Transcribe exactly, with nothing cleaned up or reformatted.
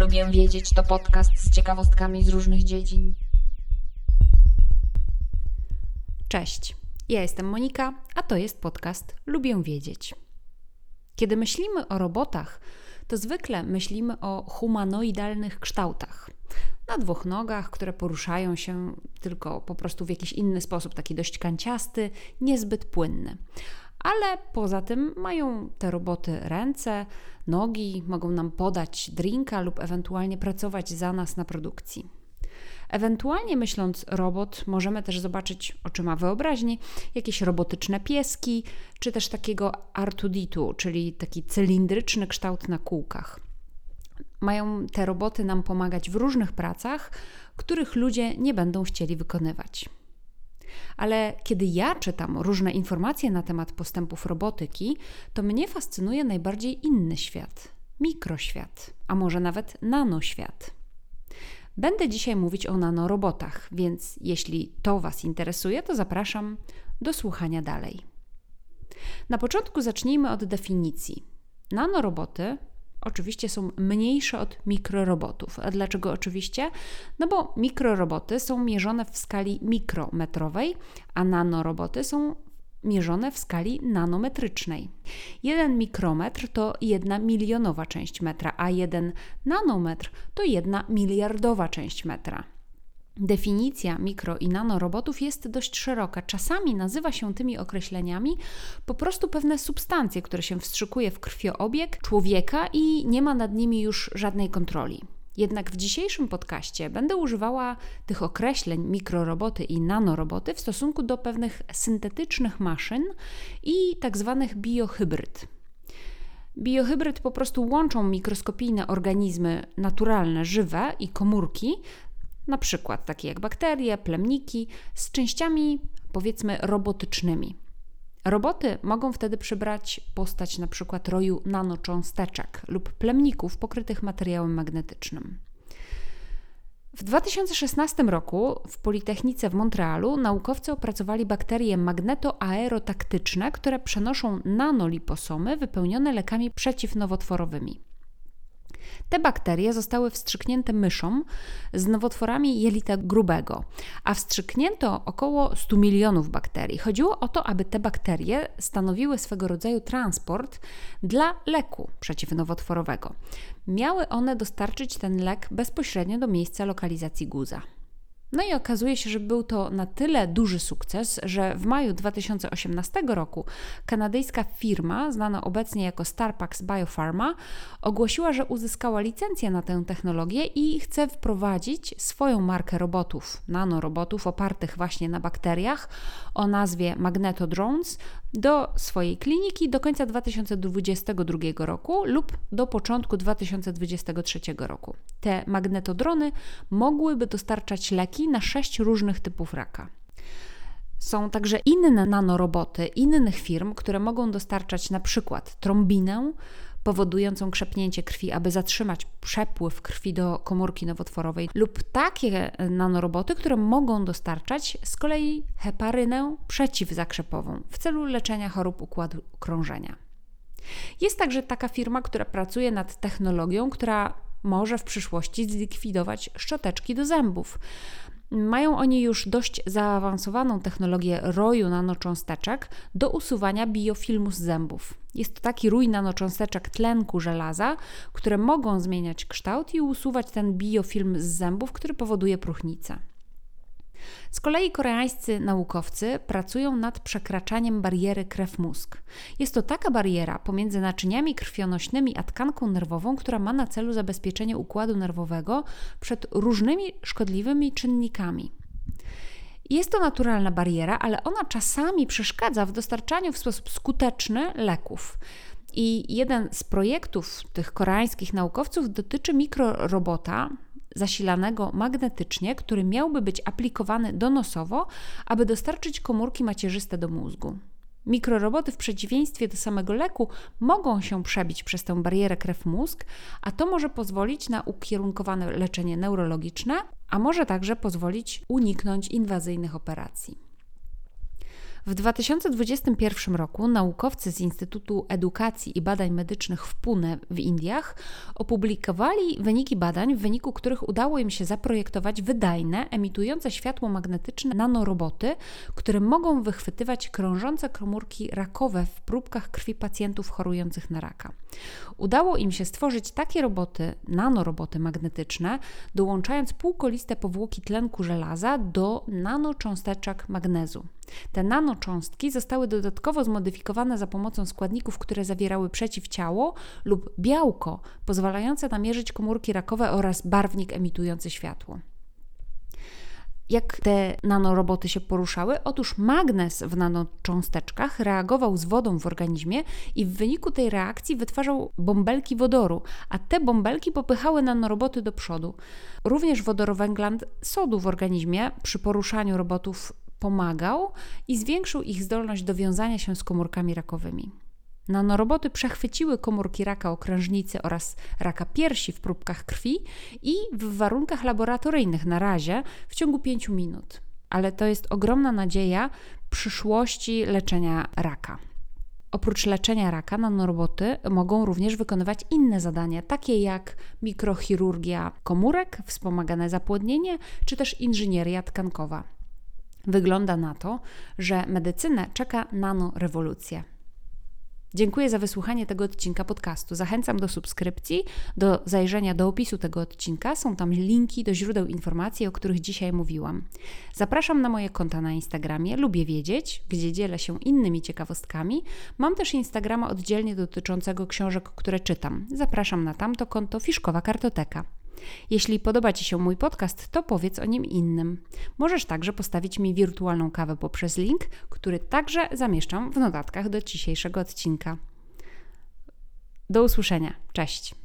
Lubię wiedzieć to podcast z ciekawostkami z różnych dziedzin. Cześć, ja jestem Monika, a to jest podcast Lubię wiedzieć. Kiedy myślimy o robotach, to zwykle myślimy o humanoidalnych kształtach. Na dwóch nogach, które poruszają się tylko po prostu w jakiś inny sposób, taki dość kanciasty, niezbyt płynny. Ale poza tym mają te roboty ręce, nogi, mogą nam podać drinka lub ewentualnie pracować za nas na produkcji. Ewentualnie myśląc robot, możemy też zobaczyć oczyma wyobraźni jakieś robotyczne pieski, czy też takiego R dwa D dwa, czyli taki cylindryczny kształt na kółkach. Mają te roboty nam pomagać w różnych pracach, których ludzie nie będą chcieli wykonywać. Ale kiedy ja czytam różne informacje na temat postępów robotyki, to mnie fascynuje najbardziej inny świat, mikroświat, a może nawet nanoświat. Będę dzisiaj mówić o nanorobotach, więc jeśli to Was interesuje, to zapraszam do słuchania dalej. Na początku zacznijmy od definicji. Nanoroboty oczywiście są mniejsze od mikrorobotów. A dlaczego oczywiście? No bo mikroroboty są mierzone w skali mikrometrowej, a nanoroboty są mierzone w skali nanometrycznej. Jeden mikrometr to jedna milionowa część metra, a jeden nanometr to jedna miliardowa część metra. Definicja mikro- i nanorobotów jest dość szeroka. Czasami nazywa się tymi określeniami po prostu pewne substancje, które się wstrzykuje w krwiobieg człowieka i nie ma nad nimi już żadnej kontroli. Jednak w dzisiejszym podcaście będę używała tych określeń mikroroboty i nanoroboty w stosunku do pewnych syntetycznych maszyn i tak zwanych biohybryd. Biohybryd po prostu łączą mikroskopijne organizmy naturalne, żywe i komórki, na przykład takie jak bakterie, plemniki, z częściami powiedzmy robotycznymi. Roboty mogą wtedy przybrać postać na przykład roju nanocząsteczek lub plemników pokrytych materiałem magnetycznym. W dwa tysiące szesnastym roku w Politechnice w Montrealu naukowcy opracowali bakterie magnetoaerotaktyczne, które przenoszą nanoliposomy wypełnione lekami przeciwnowotworowymi. Te bakterie zostały wstrzyknięte myszom z nowotworami jelita grubego, a wstrzyknięto około stu milionów bakterii. Chodziło o to, aby te bakterie stanowiły swego rodzaju transport dla leku przeciwnowotworowego. Miały one dostarczyć ten lek bezpośrednio do miejsca lokalizacji guza. No i okazuje się, że był to na tyle duży sukces, że w maju dwa tysiące osiemnastego roku kanadyjska firma, znana obecnie jako Starpax Biopharma, ogłosiła, że uzyskała licencję na tę technologię i chce wprowadzić swoją markę robotów, nanorobotów opartych właśnie na bakteriach o nazwie Magnetodrones do swojej kliniki do końca dwa tysiące dwudziestego drugiego roku lub do początku dwa tysiące dwudziestego trzeciego roku. Te magnetodrony mogłyby dostarczać leki na sześć różnych typów raka. Są także inne nanoroboty innych firm, które mogą dostarczać na przykład trombinę powodującą krzepnięcie krwi, aby zatrzymać przepływ krwi do komórki nowotworowej, lub takie nanoroboty, które mogą dostarczać z kolei heparynę przeciwzakrzepową w celu leczenia chorób układu krążenia. Jest także taka firma, która pracuje nad technologią, która może w przyszłości zlikwidować szczoteczki do zębów. Mają oni już dość zaawansowaną technologię roju nanocząsteczek do usuwania biofilmu z zębów. Jest to taki rój nanocząsteczek tlenku żelaza, które mogą zmieniać kształt i usuwać ten biofilm z zębów, który powoduje próchnicę. Z kolei koreańscy naukowcy pracują nad przekraczaniem bariery krew-mózg. Jest to taka bariera pomiędzy naczyniami krwionośnymi a tkanką nerwową, która ma na celu zabezpieczenie układu nerwowego przed różnymi szkodliwymi czynnikami. Jest to naturalna bariera, ale ona czasami przeszkadza w dostarczaniu w sposób skuteczny leków. I jeden z projektów tych koreańskich naukowców dotyczy mikrorobota zasilanego magnetycznie, który miałby być aplikowany donosowo, aby dostarczyć komórki macierzyste do mózgu. Mikroroboty w przeciwieństwie do samego leku mogą się przebić przez tę barierę krew-mózg, a to może pozwolić na ukierunkowane leczenie neurologiczne, a może także pozwolić uniknąć inwazyjnych operacji. W dwa tysiące dwudziestym pierwszym roku naukowcy z Instytutu Edukacji i Badań Medycznych w Pune w Indiach opublikowali wyniki badań, w wyniku których udało im się zaprojektować wydajne, emitujące światło magnetyczne nanoroboty, które mogą wychwytywać krążące komórki rakowe w próbkach krwi pacjentów chorujących na raka. Udało im się stworzyć takie roboty, nanoroboty magnetyczne, dołączając półkoliste powłoki tlenku żelaza do nanocząsteczek magnezu. Te nanocząstki zostały dodatkowo zmodyfikowane za pomocą składników, które zawierały przeciwciało lub białko, pozwalające namierzyć komórki rakowe oraz barwnik emitujący światło. Jak te nanoroboty się poruszały? Otóż magnez w nanocząsteczkach reagował z wodą w organizmie i w wyniku tej reakcji wytwarzał bąbelki wodoru, a te bąbelki popychały nanoroboty do przodu. Również wodorowęglan sodu w organizmie przy poruszaniu robotów pomagał i zwiększył ich zdolność do wiązania się z komórkami rakowymi. Nanoroboty przechwyciły komórki raka okrężnicy oraz raka piersi w próbkach krwi i w warunkach laboratoryjnych na razie w ciągu pięciu minut. Ale to jest ogromna nadzieja przyszłości leczenia raka. Oprócz leczenia raka, nanoroboty mogą również wykonywać inne zadania, takie jak mikrochirurgia komórek, wspomagane zapłodnienie czy też inżynieria tkankowa. Wygląda na to, że medycynę czeka nanorewolucja. Dziękuję za wysłuchanie tego odcinka podcastu. Zachęcam do subskrypcji, do zajrzenia do opisu tego odcinka. Są tam linki do źródeł informacji, o których dzisiaj mówiłam. Zapraszam na moje konta na Instagramie Lubię Wiedzieć, gdzie dzielę się innymi ciekawostkami. Mam też Instagrama oddzielnie dotyczącego książek, które czytam. Zapraszam na tamto konto Fiszkowa Kartoteka. Jeśli podoba Ci się mój podcast, to powiedz o nim innym. Możesz także postawić mi wirtualną kawę poprzez link, który także zamieszczam w notatkach do dzisiejszego odcinka. Do usłyszenia. Cześć!